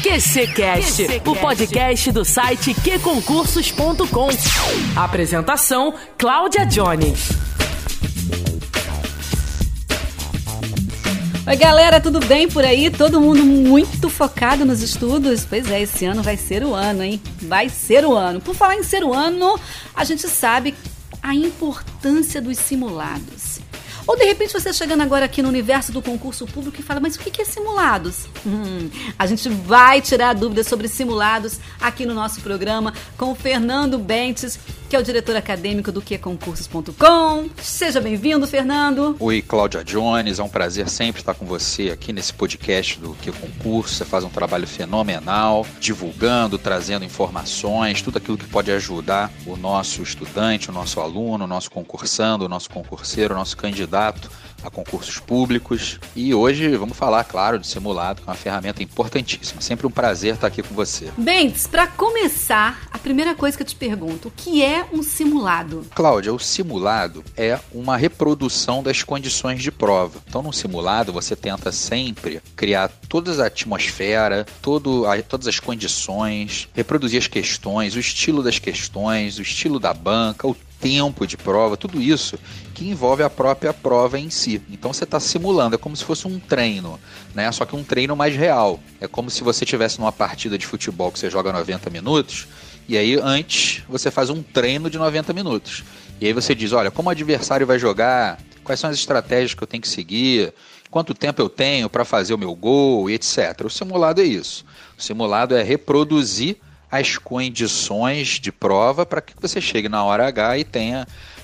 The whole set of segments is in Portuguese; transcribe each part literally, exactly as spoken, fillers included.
QCcast, o podcast do site que concursos ponto com. Apresentação, Cláudia Jones. Oi galera, tudo bem por aí? Todo mundo muito focado nos estudos? Pois é, esse ano vai ser o ano, hein? Vai ser o ano. Por falar em ser o ano, a gente sabe a importância dos simulados. Ou de repente você chegando agora aqui no universo do concurso público e fala, mas o que é simulados? Hum, a gente vai tirar dúvidas sobre simulados aqui no nosso programa com o Fernando Bentes, que é o diretor acadêmico do que concursos ponto com. Seja bem-vindo, Fernando. Oi, Cláudia Jones, é um prazer sempre estar com você aqui nesse podcast do Que Concurso. Você faz um trabalho fenomenal, divulgando, trazendo informações, tudo aquilo que pode ajudar o nosso estudante, o nosso aluno, o nosso concursando, o nosso concurseiro, o nosso candidato a concursos públicos. E hoje vamos falar, claro, de simulado, que é uma ferramenta importantíssima. Sempre um prazer estar aqui com você. Bentes, para começar, a primeira coisa que eu te pergunto, o que é um simulado? Cláudia, o simulado é uma reprodução das condições de prova. Então, no simulado, você tenta sempre criar toda a atmosfera, todo, a, todas as condições, reproduzir as questões, o estilo das questões, o estilo da banca, o tempo de prova, tudo isso que envolve a própria prova em si. Então você está simulando, é como se fosse um treino, né? Só que um treino mais real. É como se você estivesse numa partida de futebol que você joga noventa minutos, e aí antes você faz um treino de noventa minutos. E aí você diz, olha, como o adversário vai jogar, quais são as estratégias que eu tenho que seguir, quanto tempo eu tenho para fazer o meu gol, e etcétera. O simulado é isso. O simulado é reproduzir as condições de prova para que você chegue na hora H e tenha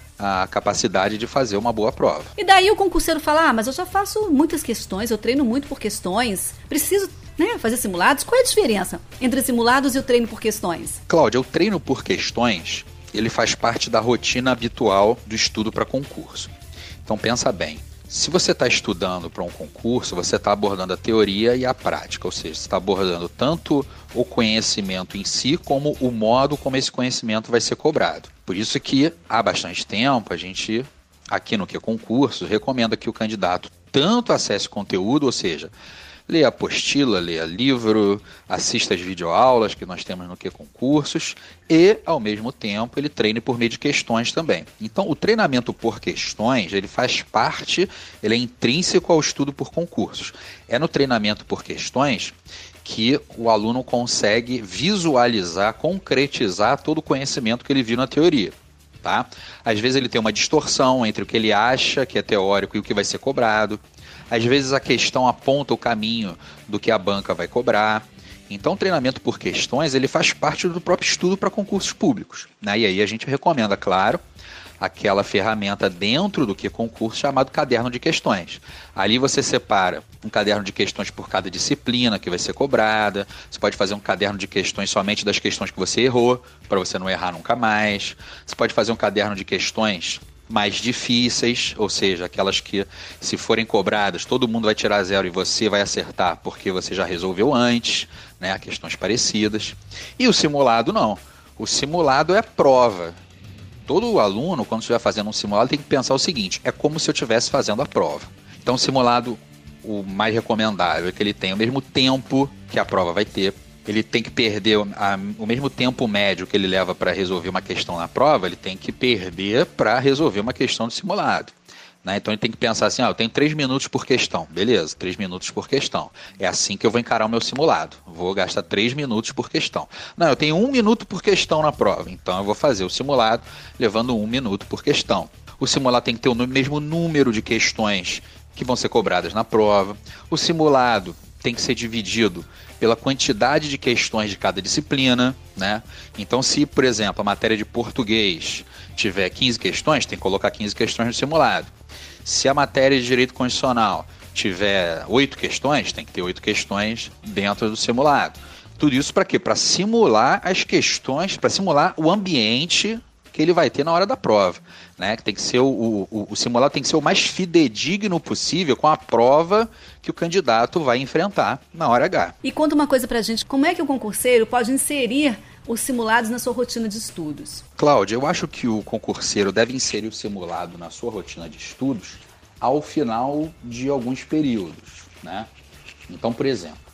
a capacidade de fazer uma boa prova. E daí o concurseiro fala, ah, mas eu já faço muitas questões, eu treino muito por questões, preciso, né, fazer simulados. Qual é a diferença entre simulados e o treino por questões? Cláudia, o treino por questões, ele faz parte da rotina habitual do estudo para concurso. Então pensa bem. Se você está estudando para um concurso, você está abordando a teoria e a prática, ou seja, você está abordando tanto o conhecimento em si, como o modo como esse conhecimento vai ser cobrado. Por isso que há bastante tempo a gente, aqui no Que Concurso, recomenda que o candidato tanto acesse conteúdo, ou seja, leia a apostila, leia livro, assista as videoaulas que nós temos no Que Concursos e, ao mesmo tempo, ele treine por meio de questões também. Então, o treinamento por questões, ele faz parte, ele é intrínseco ao estudo por concursos. É no treinamento por questões que o aluno consegue visualizar, concretizar todo o conhecimento que ele viu na teoria. Tá? Às vezes ele tem uma distorção entre o que ele acha que é teórico e o que vai ser cobrado. Às vezes a questão aponta o caminho do que a banca vai cobrar. Então o treinamento por questões ele faz parte do próprio estudo para concursos públicos, né? E aí a gente recomenda, claro, aquela ferramenta dentro do Que Concurso chamado caderno de questões. Ali você separa um caderno de questões por cada disciplina que vai ser cobrada. Você pode fazer um caderno de questões somente das questões que você errou, para você não errar nunca mais. Você pode fazer um caderno de questões mais difíceis, ou seja, aquelas que, se forem cobradas, todo mundo vai tirar zero e você vai acertar porque você já resolveu antes, né? Questões parecidas. E o simulado não. O simulado é prova. Todo aluno, quando estiver fazendo um simulado, tem que pensar o seguinte, é como se eu estivesse fazendo a prova. Então, o simulado, o mais recomendável é que ele tenha o mesmo tempo que a prova vai ter. Ele tem que perder a, o mesmo tempo médio que ele leva para resolver uma questão na prova, ele tem que perder para resolver uma questão de simulado. Né? Então ele tem que pensar assim, ah, eu tenho três minutos por questão. Beleza, três minutos por questão. É assim que eu vou encarar o meu simulado. Vou gastar três minutos por questão. Não, eu tenho um minuto por questão na prova. Então eu vou fazer o simulado levando um minuto por questão. O simulado tem que ter o mesmo número de questões que vão ser cobradas na prova. O simulado tem que ser dividido pela quantidade de questões de cada disciplina, né? Então, se, por exemplo, a matéria de português tiver quinze questões, tem que colocar quinze questões no simulado. Se a matéria de direito constitucional tiver oito questões, tem que ter oito questões dentro do simulado. Tudo isso para quê? Para simular as questões, para simular o ambiente que ele vai ter na hora da prova, né? Que tem que ser o, o, o simulado tem que ser o mais fidedigno possível com a prova que o candidato vai enfrentar na hora H. E conta uma coisa pra gente, como é que o concurseiro pode inserir os simulados na sua rotina de estudos? Cláudia, eu acho que o concurseiro deve inserir o simulado na sua rotina de estudos ao final de alguns períodos, né? Então, por exemplo,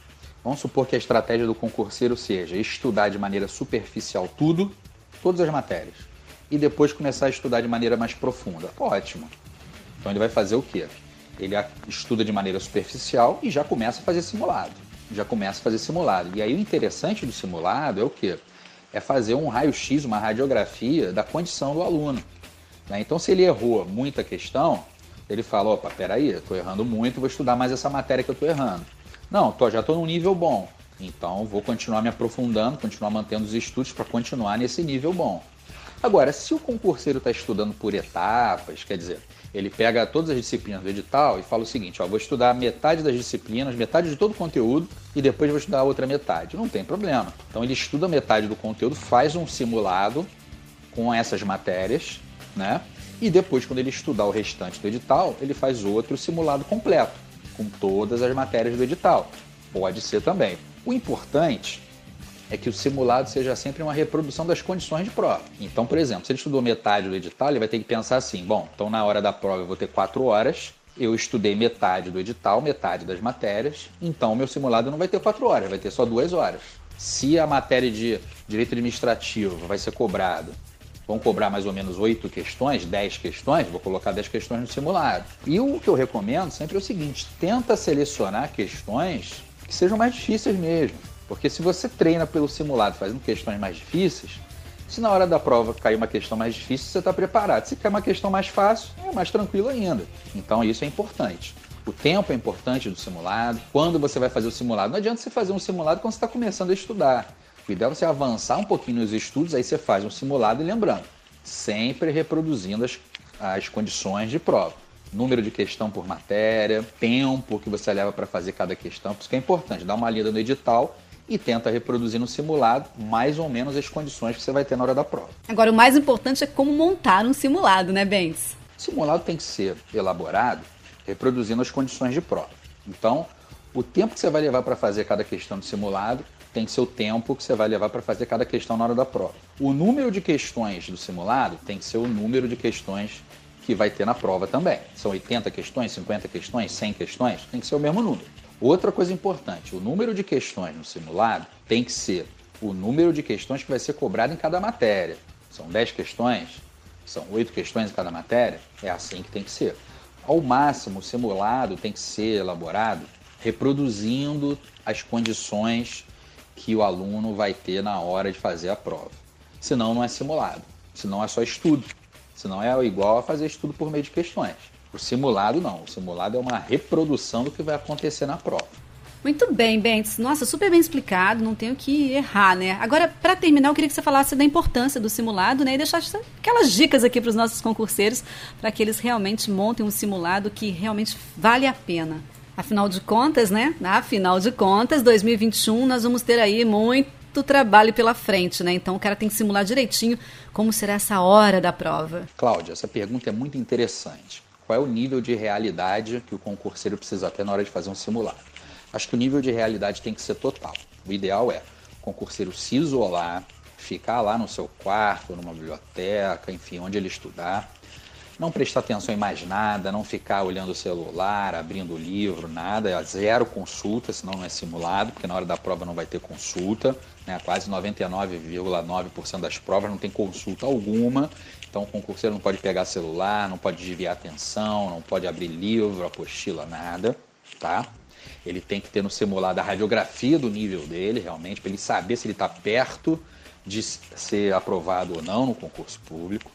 Vamos supor que a estratégia do concurseiro seja estudar de maneira superficial tudo, todas as matérias, e depois começar a estudar de maneira mais profunda. Ótimo. Então ele vai fazer o quê? Ele estuda de maneira superficial e já começa a fazer simulado. Já começa a fazer simulado. E aí o interessante do simulado é o quê? É fazer um raio-x, uma radiografia da condição do aluno. Né? Então se ele errou muita questão, ele fala, opa, peraí, eu estou errando muito, vou estudar mais essa matéria que eu estou errando. Não, tô, já estou num nível bom, então vou continuar me aprofundando, continuar mantendo os estudos para continuar nesse nível bom. Agora, se o concurseiro está estudando por etapas, quer dizer, ele pega todas as disciplinas do edital e fala o seguinte, ó, vou estudar metade das disciplinas, metade de todo o conteúdo e depois vou estudar a outra metade. Não tem problema. Então ele estuda metade do conteúdo, faz um simulado com essas matérias, né? E depois, quando ele estudar o restante do edital, ele faz outro simulado completo, com todas as matérias do edital. Pode ser também. O importante é que o simulado seja sempre uma reprodução das condições de prova. Então, por exemplo, se ele estudou metade do edital, ele vai ter que pensar assim, bom, então na hora da prova eu vou ter quatro horas, eu estudei metade do edital, metade das matérias, então o meu simulado não vai ter quatro horas, vai ter só duas horas. Se a matéria de direito administrativo vai ser cobrada, vão cobrar mais ou menos oito questões, dez questões, vou colocar dez questões no simulado. E o que eu recomendo sempre é o seguinte, tenta selecionar questões que sejam mais difíceis mesmo. Porque se você treina pelo simulado fazendo questões mais difíceis, se na hora da prova cair uma questão mais difícil, você está preparado. Se cair uma questão mais fácil, é mais tranquilo ainda. Então isso é importante. O tempo é importante do simulado. Quando você vai fazer o simulado, não adianta você fazer um simulado quando você está começando a estudar. O ideal é você avançar um pouquinho nos estudos, aí você faz um simulado e lembrando, sempre reproduzindo as, as condições de prova. Número de questão por matéria, tempo que você leva para fazer cada questão, por isso que é importante, dá uma lida no edital e tenta reproduzir no simulado mais ou menos as condições que você vai ter na hora da prova. Agora, o mais importante é como montar um simulado, né, Bentes? O simulado tem que ser elaborado reproduzindo as condições de prova. Então, o tempo que você vai levar para fazer cada questão do simulado tem que ser o tempo que você vai levar para fazer cada questão na hora da prova. O número de questões do simulado tem que ser o número de questões que vai ter na prova também. São oitenta questões, cinquenta questões, cem questões, tem que ser o mesmo número. Outra coisa importante, o número de questões no simulado tem que ser o número de questões que vai ser cobrado em cada matéria. São dez questões, são oito questões em cada matéria, é assim que tem que ser. Ao máximo, o simulado tem que ser elaborado reproduzindo as condições que o aluno vai ter na hora de fazer a prova. Senão não é simulado, senão é só estudo, senão é igual a fazer estudo por meio de questões. O simulado não, o simulado é uma reprodução do que vai acontecer na prova. Muito bem, Bentes. Nossa, super bem explicado, não tenho que errar, né? Agora, para terminar, eu queria que você falasse da importância do simulado, né? E deixasse aquelas dicas aqui para os nossos concurseiros, para que eles realmente montem um simulado que realmente vale a pena. Afinal de contas, né? Afinal de contas, dois mil e vinte e um, nós vamos ter aí muito trabalho pela frente, né? Então o cara tem que simular direitinho como será essa hora da prova. Cláudia, essa pergunta é muito interessante. Qual é o nível de realidade que o concurseiro precisa ter na hora de fazer um simulado? Acho que o nível de realidade tem que ser total. O ideal é o concurseiro se isolar, ficar lá no seu quarto, numa biblioteca, enfim, onde ele estudar, não prestar atenção em mais nada, não ficar olhando o celular, abrindo o livro, nada, é zero consulta, senão não é simulado, porque na hora da prova não vai ter consulta, né? Quase noventa e nove vírgula nove por cento das provas não tem consulta alguma, então o concurseiro não pode pegar celular, não pode desviar atenção, não pode abrir livro, apostila, nada, tá? Ele tem que ter no simulado a radiografia do nível dele, realmente, para ele saber se ele está perto de ser aprovado ou não no concurso público.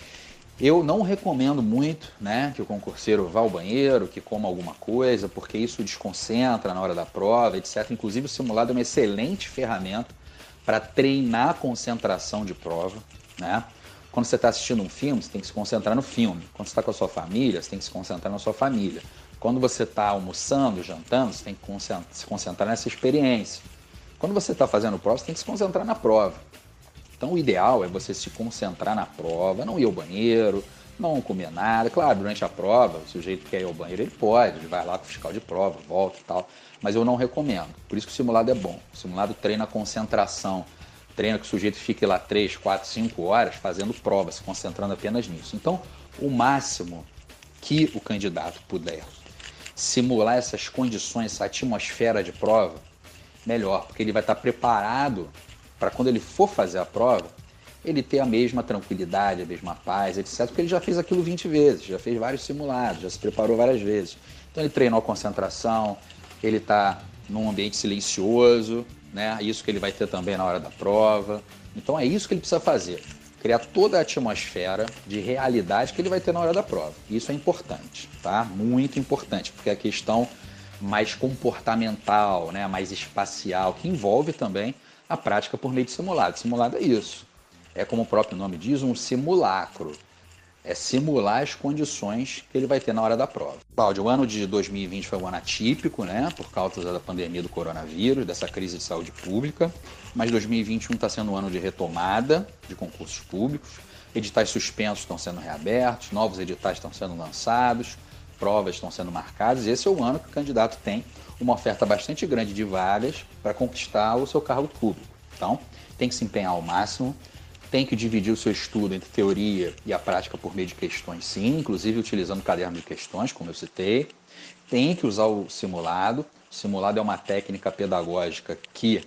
Eu não recomendo muito, né, que o concurseiro vá ao banheiro, que coma alguma coisa, porque isso desconcentra na hora da prova, etcétera. Inclusive, o simulado é uma excelente ferramenta para treinar a concentração de prova, né? Quando você está assistindo um filme, você tem que se concentrar no filme. Quando você está com a sua família, você tem que se concentrar na sua família. Quando você está almoçando, jantando, você tem que se concentrar nessa experiência. Quando você está fazendo prova, você tem que se concentrar na prova. Então o ideal é você se concentrar na prova, não ir ao banheiro, não comer nada. Claro, durante a prova, o sujeito quer ir ao banheiro, ele pode, ele vai lá com o fiscal de prova, volta e tal, mas eu não recomendo. Por isso que o simulado é bom. O simulado treina a concentração, treina que o sujeito fique lá três, quatro, cinco horas fazendo prova, se concentrando apenas nisso. Então, o máximo que o candidato puder simular essas condições, essa atmosfera de prova, melhor, porque ele vai estar preparado para quando ele for fazer a prova, ele ter a mesma tranquilidade, a mesma paz, etcétera. Porque ele já fez aquilo vinte vezes, já fez vários simulados, já se preparou várias vezes. Então ele treinou a concentração, ele está num ambiente silencioso, né? Isso que ele vai ter também na hora da prova. Então é isso que ele precisa fazer, criar toda a atmosfera de realidade que ele vai ter na hora da prova. Isso é importante, tá? Muito importante, porque é a questão mais comportamental, né? Mais espacial, que envolve também a prática por meio de simulado. Simulado é isso. É como o próprio nome diz, um simulacro. É simular as condições que ele vai ter na hora da prova. Cláudio, o ano de dois mil e vinte foi um ano atípico, né? Por causa da pandemia do coronavírus, dessa crise de saúde pública. Mas dois mil e vinte e um está sendo um ano de retomada de concursos públicos. Editais suspensos estão sendo reabertos, novos editais estão sendo lançados, provas estão sendo marcadas. Esse é o ano que o candidato tem uma oferta bastante grande de vagas para conquistar o seu cargo público. Então, tem que se empenhar ao máximo, tem que dividir o seu estudo entre teoria e a prática por meio de questões, sim, inclusive utilizando o caderno de questões, como eu citei. Tem que usar o simulado. O simulado é uma técnica pedagógica que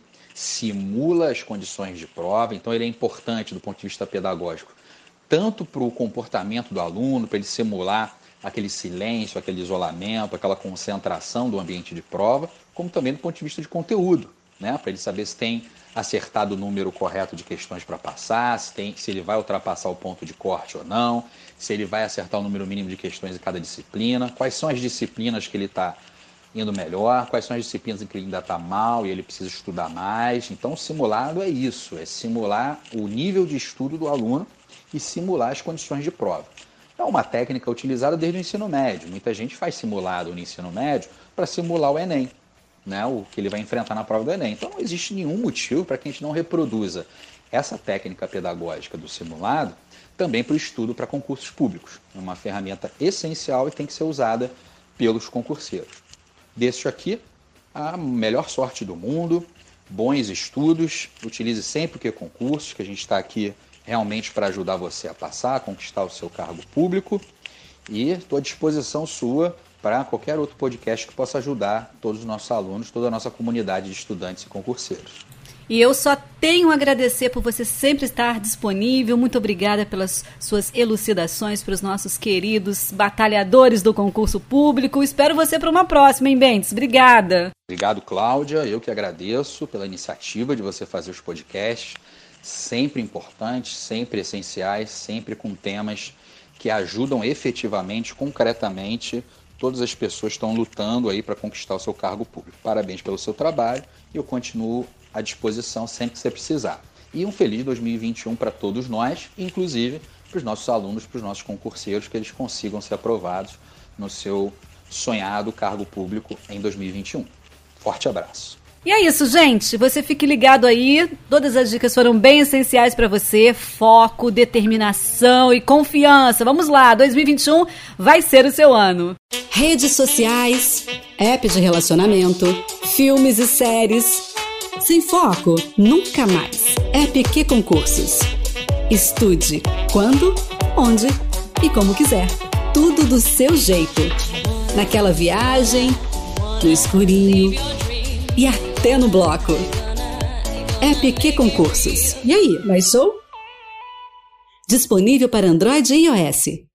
simula as condições de prova, então ele é importante do ponto de vista pedagógico, tanto para o comportamento do aluno, para ele simular aquele silêncio, aquele isolamento, aquela concentração do ambiente de prova, como também do ponto de vista de conteúdo, né? Para ele saber se tem acertado o número correto de questões para passar, se, tem, se ele vai ultrapassar o ponto de corte ou não, se ele vai acertar o número mínimo de questões em cada disciplina, quais são as disciplinas que ele está indo melhor, quais são as disciplinas em que ele ainda está mal e ele precisa estudar mais. Então, o simulado é isso, é simular o nível de estudo do aluno e simular as condições de prova. É uma técnica utilizada desde o ensino médio. Muita gente faz simulado no ensino médio para simular o Enem, né, o que ele vai enfrentar na prova do Enem. Então não existe nenhum motivo para que a gente não reproduza essa técnica pedagógica do simulado também para o estudo para concursos públicos. É uma ferramenta essencial e tem que ser usada pelos concurseiros. Deixo aqui a melhor sorte do mundo, bons estudos, utilize sempre o que concursos, que a gente está aqui realmente para ajudar você a passar, a conquistar o seu cargo público, e estou à disposição sua para qualquer outro podcast que possa ajudar todos os nossos alunos, toda a nossa comunidade de estudantes e concurseiros. E eu só tenho a agradecer por você sempre estar disponível. Muito obrigada pelas suas elucidações para os nossos queridos batalhadores do concurso público. Espero você para uma próxima, hein, Bentes? Obrigada. Obrigado, Cláudia. Eu que agradeço pela iniciativa de você fazer os podcasts. Sempre importantes, sempre essenciais, sempre com temas que ajudam efetivamente, concretamente, todas as pessoas que estão lutando aí para conquistar o seu cargo público. Parabéns pelo seu trabalho e eu continuo à disposição sempre que você precisar. E um feliz dois mil e vinte e um para todos nós, inclusive para os nossos alunos, para os nossos concurseiros, que eles consigam ser aprovados no seu sonhado cargo público em dois mil e vinte e um. Forte abraço. E é isso, gente. Você fique ligado aí. Todas as dicas foram bem essenciais para você. Foco, determinação e confiança. Vamos lá, dois mil e vinte e um vai ser o seu ano. Redes sociais, app de relacionamento, filmes e séries. Sem foco, nunca mais. App Que Concursos. Estude quando, onde e como quiser. Tudo do seu jeito. Naquela viagem, no escurinho e até no bloco. App Que Concursos. E aí, baixou? Disponível para Android e iOS.